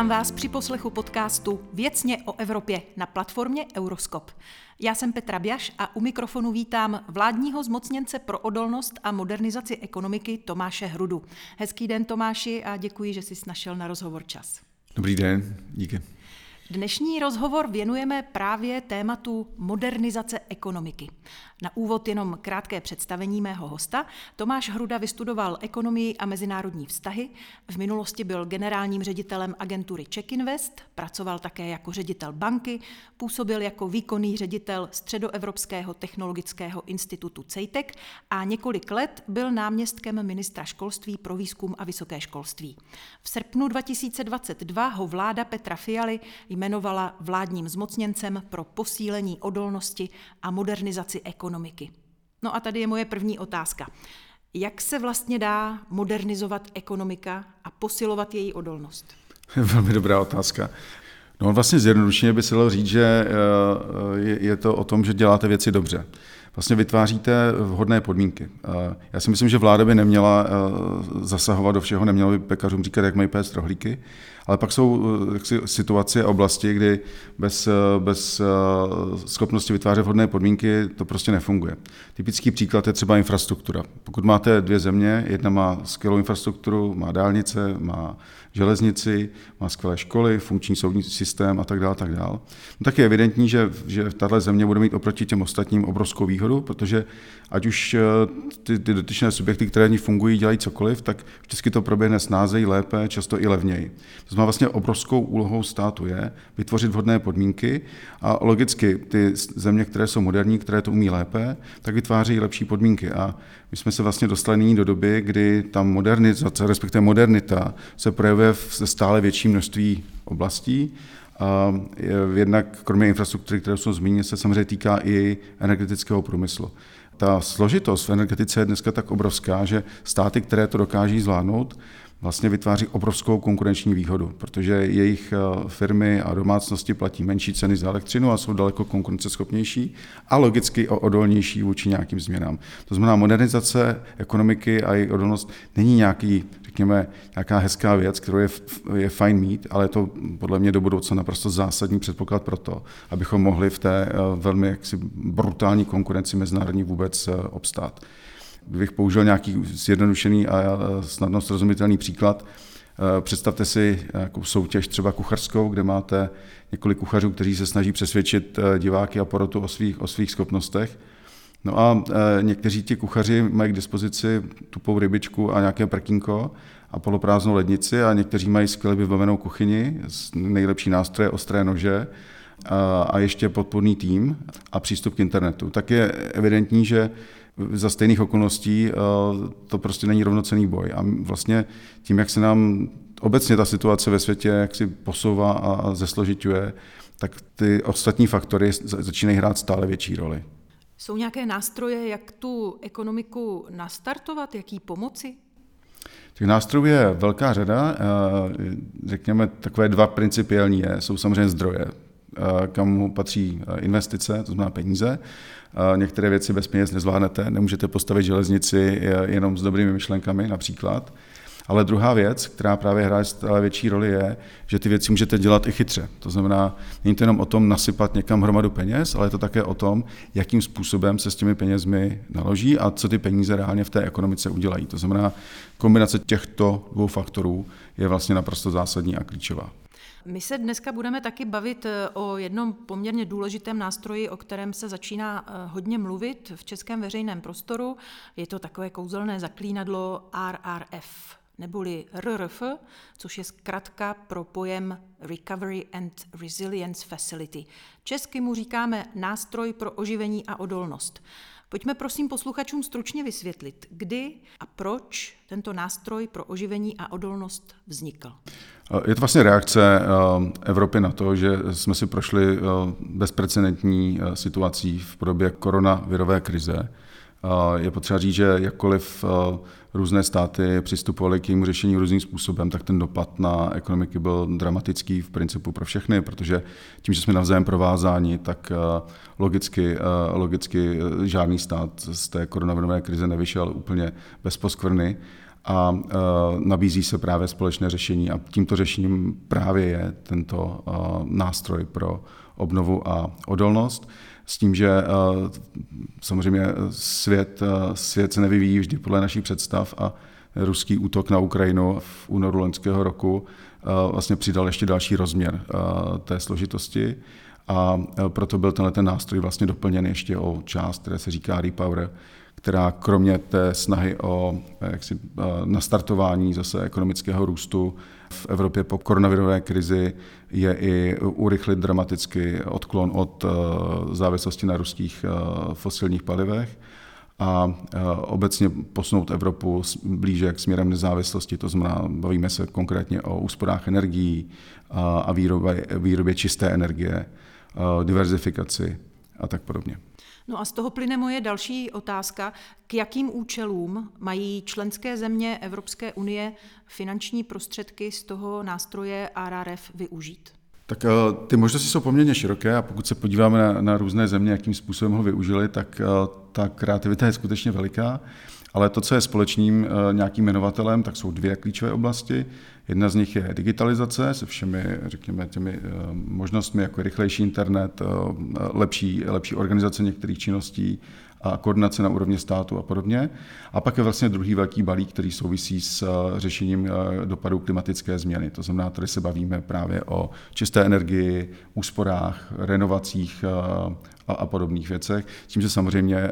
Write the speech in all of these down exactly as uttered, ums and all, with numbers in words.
Vítám vás při poslechu podcastu Věcně o Evropě na platformě Euroskop. Já jsem Petra Bjaš a u mikrofonu vítám vládního zmocněnce pro odolnost a modernizaci ekonomiky Tomáše Hrudu. Hezký den, Tomáši, a děkuji, že jsi našel na rozhovor čas. Dobrý den, díky. Dnešní rozhovor věnujeme právě tématu modernizace ekonomiky. Na úvod jenom krátké představení mého hosta. Tomáš Hruda vystudoval ekonomii a mezinárodní vztahy. V minulosti byl generálním ředitelem agentury CzechInvest, pracoval také jako ředitel banky, působil jako výkonný ředitel Středoevropského technologického institutu CEITEC a několik let byl náměstkem ministra školství pro výzkum a vysoké školství. V srpnu dva tisíce dvacet dva ho vláda Petra Fialy jmenovala vládním zmocněncem pro posílení odolnosti a modernizaci ekonomiky. No a tady je moje první otázka. Jak se vlastně dá modernizovat ekonomika a posilovat její odolnost? Velmi dobrá otázka. No vlastně zjednodušeně by se dalo říct, že je to o tom, že děláte věci dobře. Vlastně vytváříte vhodné podmínky. Já si myslím, že vláda by neměla zasahovat do všeho, neměla by pekařům říkat, jak mají péct rohlíky, ale pak jsou jaksi situace a oblasti, kdy bez, bez schopnosti vytvářet vhodné podmínky to prostě nefunguje. Typický příklad je třeba infrastruktura. Pokud máte dvě země, jedna má skvělou infrastrukturu, má dálnice, má železnici, má skvělé školy, funkční soudní systém a tak dále, tak dále. No tak je evidentní, že, že tato země bude mít oproti těm ostatním obrovskou výhodu, protože ať už ty, ty dotyčné subjekty, které v ní fungují, dělají cokoliv, tak vždycky to proběhne snázeji, lépe, často i levněji. To znamená vlastně obrovskou úlohou státu je vytvořit vhodné podmínky a logicky ty země, které jsou moderní, které to umí lépe, tak vytváří lepší podmínky. A my jsme se vlastně dostali nyní do doby, kdy ta modernizace, respektive modernita, se projevuje v stále větším množství oblastí. A jednak kromě infrastruktury, které jsou zmíněny, se samozřejmě týká i energetického průmyslu. Ta složitost v energetice je dneska tak obrovská, že státy, které to dokáží zvládnout, vlastně vytváří obrovskou konkurenční výhodu, protože jejich firmy a domácnosti platí menší ceny za elektřinu a jsou daleko konkurenceschopnější a logicky odolnější vůči nějakým změnám. To znamená, modernizace ekonomiky a její odolnost není nějaký, řekněme, nějaká hezká věc, kterou je, je fajn mít, ale je to podle mě do budoucna naprosto zásadní předpoklad pro to, abychom mohli v té velmi jaksi brutální konkurenci mezinárodní vůbec obstát. Kdybych použil nějaký zjednodušený a snadno srozumitelný příklad, představte si nějakou soutěž třeba kuchařskou, kde máte několik kuchařů, kteří se snaží přesvědčit diváky a porotu o svých, o svých schopnostech. No a někteří ti kuchaři mají k dispozici tupou rybičku a nějaké prkínko a poloprázdnou lednici a někteří mají skvěle vybavenou kuchyni, nejlepší nástroje, ostré nože a ještě podpůrný tým a přístup k internetu. Tak je evidentní, že za stejných okolností to prostě není rovnocenný boj. A vlastně tím, jak se nám obecně ta situace ve světě jak si posouvá a zesložiťuje, tak ty ostatní faktory začínají hrát stále větší roli. Jsou nějaké nástroje, jak tu ekonomiku nastartovat, jak jí pomoci? Těch nástrojů je velká řada. Řekněme, takové dva principiální jsou samozřejmě zdroje, kam patří investice, to znamená peníze. Některé věci bez peněz nezvládnete, nemůžete postavit železnici jenom s dobrými myšlenkami například. Ale druhá věc, která právě hraje stále větší roli, je, že ty věci můžete dělat i chytře. To znamená, není to jenom o tom nasypat někam hromadu peněz, ale je to také o tom, jakým způsobem se s těmi penězmi naloží a co ty peníze reálně v té ekonomice udělají. To znamená, kombinace těchto dvou faktorů je vlastně naprosto zásadní a klíčová. My se dneska budeme taky bavit o jednom poměrně důležitém nástroji, o kterém se začíná hodně mluvit v českém veřejném prostoru. Je to takové kouzelné zaklínadlo R R F, neboli R R F, což je zkratka pro pojem Recovery and Resilience Facility. Česky mu říkáme nástroj pro oživení a odolnost. Pojďme prosím posluchačům stručně vysvětlit, kdy a proč tento nástroj pro oživení a odolnost vznikl. Je to vlastně reakce Evropy na to, že jsme si prošli bezprecedentní situací v podobě koronavirové krize. Je potřeba říct, že jakkoliv různé státy přistupovaly k jejímu řešení různým způsobem, tak ten dopad na ekonomiky byl dramatický v principu pro všechny, protože tím, že jsme navzájem provázáni, tak logicky, logicky žádný stát z té koronavirové krize nevyšel úplně bez poskvrny. a nabízí se právě společné řešení a tímto řešením právě je tento nástroj pro obnovu a odolnost. S tím, že samozřejmě svět, svět se nevyvíjí vždy podle našich představ a ruský útok na Ukrajinu v únoru loňského roku vlastně přidal ještě další rozměr té složitosti a proto byl tenhle ten nástroj vlastně doplněn ještě o část, které se říká Repower, která kromě té snahy o jaksi, nastartování zase ekonomického růstu v Evropě po koronavirové krizi je i urychlit dramaticky odklon od závislosti na ruských fosilních palivech a obecně posunout Evropu blíže k směrem nezávislosti, to znamená, bavíme se konkrétně o úsporách energií a výrobě, výrobě čisté energie, diverzifikaci a tak podobně. No a z toho plyne moje další otázka. K jakým účelům mají členské země Evropské unie finanční prostředky z toho nástroje R R F využít? Tak ty možnosti jsou poměrně široké a pokud se podíváme na, na různé země, jakým způsobem ho využili, tak ta kreativita je skutečně veliká. Ale to, co je společným nějakým jmenovatelem, tak jsou dvě klíčové oblasti. Jedna z nich je digitalizace se všemi, řekněme, těmi možnostmi, jako rychlejší internet, lepší, lepší organizace některých činností a koordinace na úrovni státu a podobně. A pak je vlastně druhý velký balík, který souvisí s řešením dopadů klimatické změny. To znamená, tady se bavíme právě o čisté energii, úsporách, renovacích a, a podobných věcech. Tím, že samozřejmě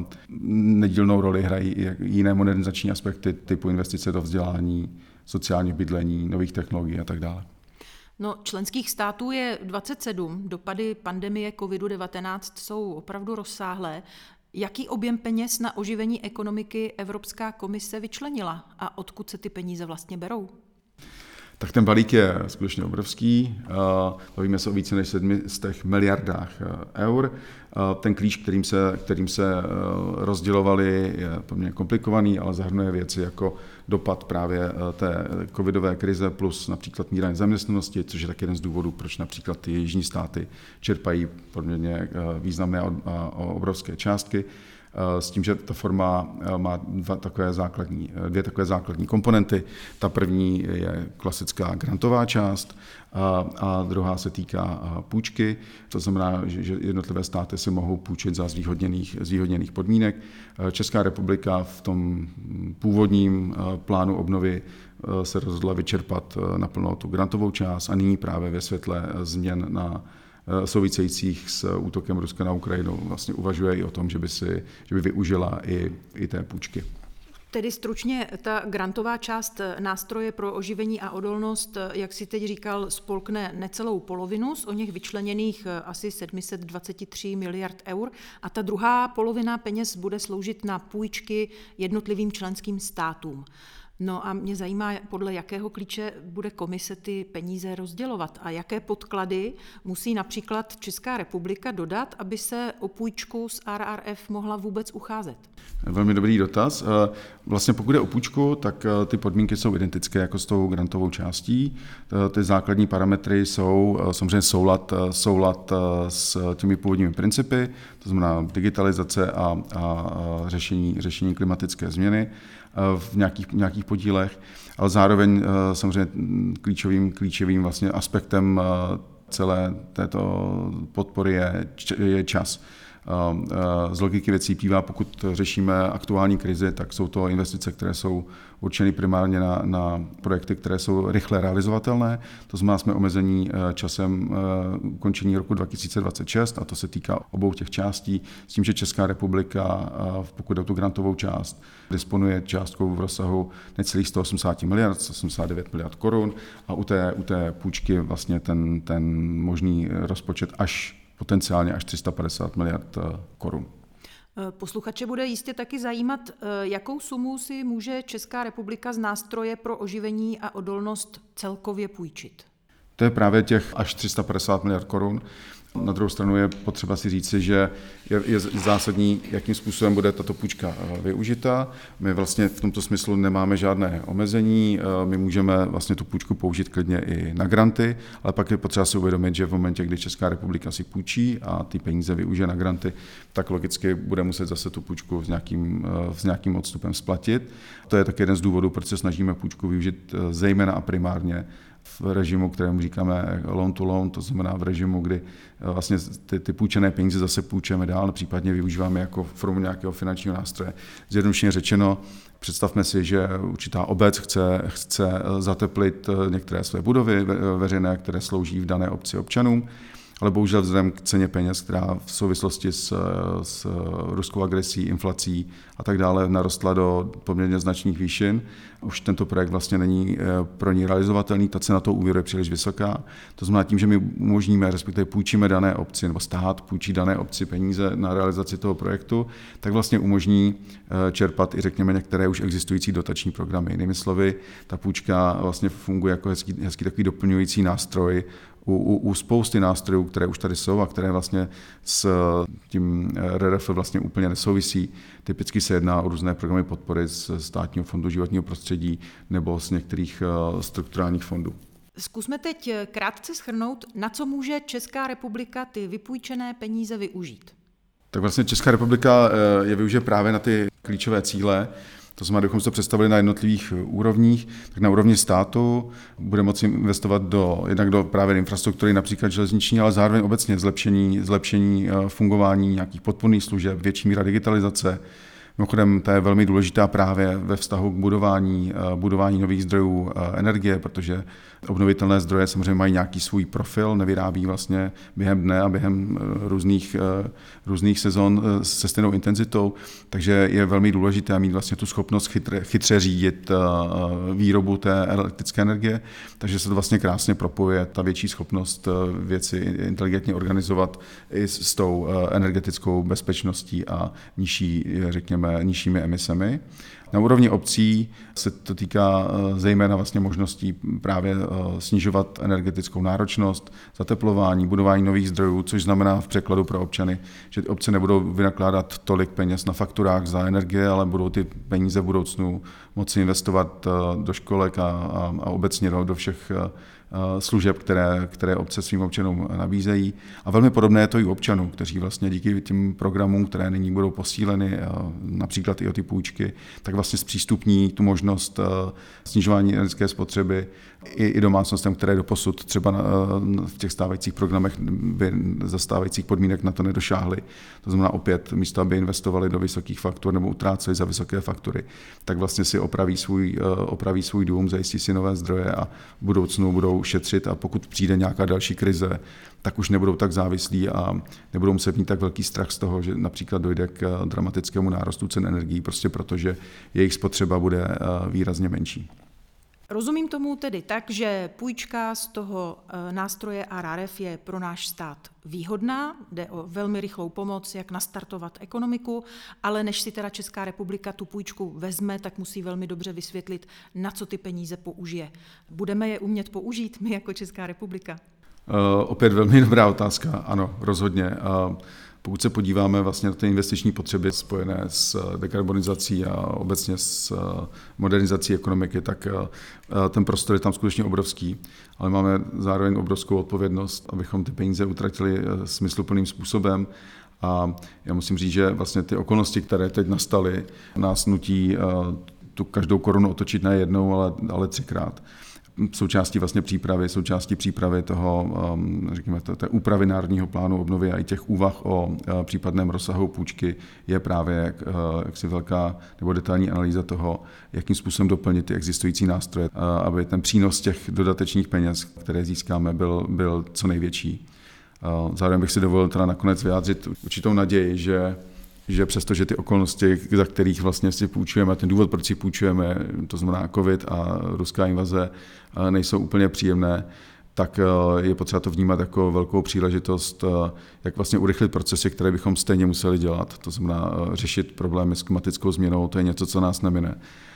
nedílnou roli hrají i jiné modernizační aspekty typu investice do vzdělání, sociálního bydlení, nových technologií a tak dále. No, členských států je dvacet sedm, dopady pandemie covid devatenáct jsou opravdu rozsáhlé. Jaký objem peněz na oživení ekonomiky Evropská komise vyčlenila a odkud se ty peníze vlastně berou? Tak ten balík je skutečně obrovský. Bavíme se o více než sedmi stech miliardách eur. Ten klíč, kterým se, kterým se rozdělovali, je poměrně komplikovaný, ale zahrnuje věci jako dopad právě té covidové krize plus například míra nezaměstnanosti, což je tak jeden z důvodů, proč například ty jižní státy čerpají poměrně významné a obrovské částky. S tím, že ta forma má dva takové základní, dvě takové základní komponenty. Ta první je klasická grantová část a, a druhá se týká půjčky. To znamená, že jednotlivé státy si mohou půjčit za zvýhodněných, zvýhodněných podmínek. Česká republika v tom původním plánu obnovy se rozhodla vyčerpat naplno tu grantovou část a nyní právě ve světle změn na souvisejících s útokem Ruska na Ukrajinu vlastně uvažuje i o tom, že by, si, že by využila i, i té půjčky. Tedy stručně ta grantová část nástroje pro oživení a odolnost, jak si teď říkal, spolkne necelou polovinu z o něch vyčleněných asi sedm set dvacet tři miliard eur a ta druhá polovina peněz bude sloužit na půjčky jednotlivým členským státům. No a mě zajímá, podle jakého klíče bude komise ty peníze rozdělovat a jaké podklady musí například Česká republika dodat, aby se o půjčku z R R F mohla vůbec ucházet. Velmi dobrý dotaz. Vlastně pokud je o půjčku, tak ty podmínky jsou identické jako s tou grantovou částí. Ty základní parametry jsou samozřejmě soulad, soulad s těmi původními principy, to znamená digitalizace a, a řešení, řešení klimatické změny v nějakých, nějakých podílech, ale zároveň samozřejmě klíčovým, klíčovým vlastně aspektem celé této podpory je, je čas. Z logiky věcí plývá, pokud řešíme aktuální krizi, tak jsou to investice, které jsou určeny primárně na, na projekty, které jsou rychle realizovatelné. To znamená, jsme omezení časem ukončení roku dva tisíce dvacet šest a to se týká obou těch částí. S tím, že Česká republika, pokud o tu grantovou část, disponuje částkou v rozsahu necelých sto osmdesát miliard, sto osmdesát devět miliard korun a u té, u té půjčky vlastně ten, ten možný rozpočet až potenciálně až tři sta padesát miliard korun. Posluchače bude jistě taky zajímat, jakou sumu si může Česká republika z nástroje pro oživení a odolnost celkově půjčit. To je právě těch až tři sta padesát miliard korun. Na druhou stranu je potřeba si říci, že je, je zásadní, jakým způsobem bude tato půjčka využita. My vlastně v tomto smyslu nemáme žádné omezení, my můžeme vlastně tu půjčku použít klidně i na granty, ale pak je potřeba si uvědomit, že v momentě, kdy Česká republika si půjčí a ty peníze využije na granty, tak logicky bude muset zase tu půjčku s nějakým, s nějakým odstupem splatit. To je tak jeden z důvodů, proč se snažíme půjčku využít zejména a primárně v režimu, kterému říkáme loan to loan, to znamená v režimu, kdy vlastně ty, ty půjčené peníze zase půjčeme dál, případně využíváme jako formu nějakého finančního nástroje. Zjednodušeně řečeno, představme si, že určitá obec chce, chce zateplit některé své budovy veřejné, které slouží v dané obci občanům, ale bohužel vzhledem k ceně peněz, která v souvislosti s, s ruskou agresí, inflací a tak dále narostla do poměrně značných výšin. Už tento projekt vlastně není pro ní realizovatelný, ta cena toho úvěru je příliš vysoká. To znamená tím, že my umožníme, respektive půjčíme dané obci, nebo stát půjčí dané obci peníze na realizaci toho projektu, tak vlastně umožní čerpat i řekněme některé už existující dotační programy. Jinými slovy, ta půjčka vlastně funguje jako hezký, hezký takový doplňující nástroj U, u, u spousty nástrojů, které už tady jsou a které vlastně s tím R R F vlastně úplně nesouvisí. Typicky se jedná o různé programy podpory z Státního fondu životního prostředí nebo z některých strukturálních fondů. Zkusme teď krátce shrnout, na co může Česká republika ty vypůjčené peníze využít. Tak vlastně Česká republika je využije právě na ty klíčové cíle. To znamená, kdybychom si to představili na jednotlivých úrovních, tak na úrovni státu bude moci investovat do, jednak do právě infrastruktury, například železniční, ale zároveň obecně zlepšení, zlepšení fungování nějakých podpůrných služeb, větší míra digitalizace. Mimochodem, to je velmi důležitá právě ve vztahu k budování, budování nových zdrojů energie, protože obnovitelné zdroje samozřejmě mají nějaký svůj profil, nevyrábí vlastně během dne a během různých, různých sezon se stejnou intenzitou, takže je velmi důležité mít vlastně tu schopnost chytře, chytře řídit výrobu té elektrické energie, takže se to vlastně krásně propojuje, ta větší schopnost věci inteligentně organizovat i s tou energetickou bezpečností a nižší, řekněme, nižšími emisemi. Na úrovni obcí se to týká zejména vlastně možností právě snižovat energetickou náročnost, zateplování, budování nových zdrojů, což znamená v překladu pro občany, že obce nebudou vynakládat tolik peněz na fakturách za energie, ale budou ty peníze v budoucnu moci investovat do školek a, a, a obecně do, do všech služeb, které, které obce svým občanům nabízejí. A velmi podobné je to i u občanů, kteří vlastně díky těm programům, které nyní budou posíleny, například i o ty půjčky, tak vlastně zpřístupní tu možnost snižování energetické spotřeby i, i domácnostem, které doposud třeba na, v těch stávajících programech by za stávajících podmínek na to nedošáhly. To znamená opět, místo aby investovali do vysokých faktur nebo utráceli za vysoké faktury, tak vlastně si opraví svůj, opraví svůj dům, zajistí si nové zdroje a v budoucnu budou šetřit a pokud přijde nějaká další krize, tak už nebudou tak závislí a nebudou muset mít tak velký strach z toho, že například dojde k dramatickému nárůstu cen energií, prostě protože jejich spotřeba bude výrazně menší. Rozumím tomu tedy tak, že půjčka z toho nástroje R R F je pro náš stát výhodná, jde o velmi rychlou pomoc, jak nastartovat ekonomiku, ale než si teda Česká republika tu půjčku vezme, tak musí velmi dobře vysvětlit, na co ty peníze použije. Budeme je umět použít my jako Česká republika? Uh, opět velmi dobrá otázka, ano, rozhodně. Uh, Pokud se podíváme vlastně na ty investiční potřeby spojené s dekarbonizací a obecně s modernizací ekonomiky, tak ten prostor je tam skutečně obrovský, ale máme zároveň obrovskou odpovědnost, abychom ty peníze utratili smysluplným způsobem. A já musím říct, že vlastně ty okolnosti, které teď nastaly, nás nutí tu každou korunu otočit ne jednou, ale, ale třikrát. Součástí vlastně přípravy, součástí přípravy toho, řekněme, té úpravy národního plánu obnovy a i těch úvah o případném rozsahu půjčky je právě jaksi velká nebo detailní analýza toho, jakým způsobem doplnit ty existující nástroje, aby ten přínos těch dodatečných peněz, které získáme, byl, byl co největší. Zároveň bych si dovolil teda nakonec vyjádřit určitou naději, že že přestože ty okolnosti, za kterých vlastně si půjčujeme, ten důvod, proč si půjčujeme, to znamená covid a ruská invaze, nejsou úplně příjemné, tak je potřeba to vnímat jako velkou příležitost, jak vlastně urychlit procesy, které bychom stejně museli dělat. To znamená řešit problémy s klimatickou změnou, to je něco, co nás nemine.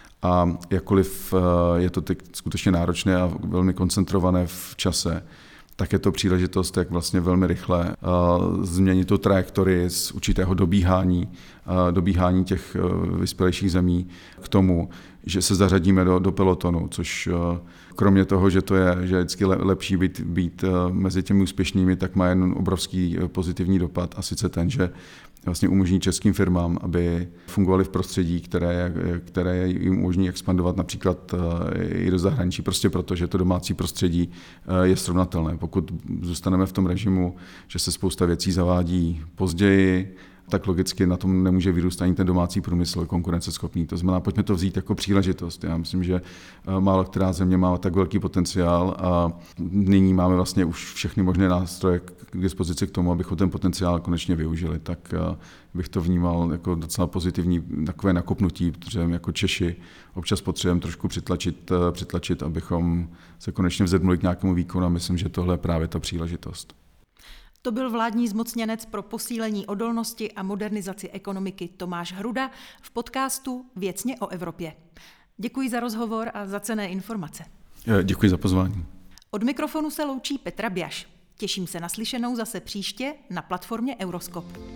A jakkoliv je to teď skutečně náročné a velmi koncentrované v čase, tak je to příležitost, jak vlastně velmi rychle uh, změnit tu trajektorii z určitého dobíhání, uh, dobíhání těch uh, vyspělejších zemí k tomu, že se zařadíme do, do pelotonu, což uh, kromě toho, že to je, že je vždycky lepší být, být uh, mezi těmi úspěšnými, tak má jen obrovský uh, pozitivní dopad, a sice ten, že vlastně umožní českým firmám, aby fungovaly v prostředí, které, které jim umožní expandovat například i do zahraničí, prostě proto, že to domácí prostředí je srovnatelné. Pokud zůstaneme v tom režimu, že se spousta věcí zavádí později, tak logicky na tom nemůže vyrůst ani ten domácí průmysl konkurenceschopný. To znamená, pojďme to vzít jako příležitost. Já myslím, že málo která země má tak velký potenciál a nyní máme vlastně už všechny možné nástroje k dispozici k tomu, abychom ten potenciál konečně využili. Tak bych to vnímal jako docela pozitivní takové nakopnutí, protože jako Češi občas potřebujeme trošku přitlačit, přitlačit, abychom se konečně vzedmuli k nějakému výkonu, a myslím, že tohle je právě ta příležitost. To byl vládní zmocněnec pro posílení odolnosti a modernizaci ekonomiky Tomáš Hruda v podcastu Věcně o Evropě. Děkuji za rozhovor a za cenné informace. Děkuji za pozvání. Od mikrofonu se loučí Petra Bjaš. Těším se na slyšenou zase příště na platformě Euroskop.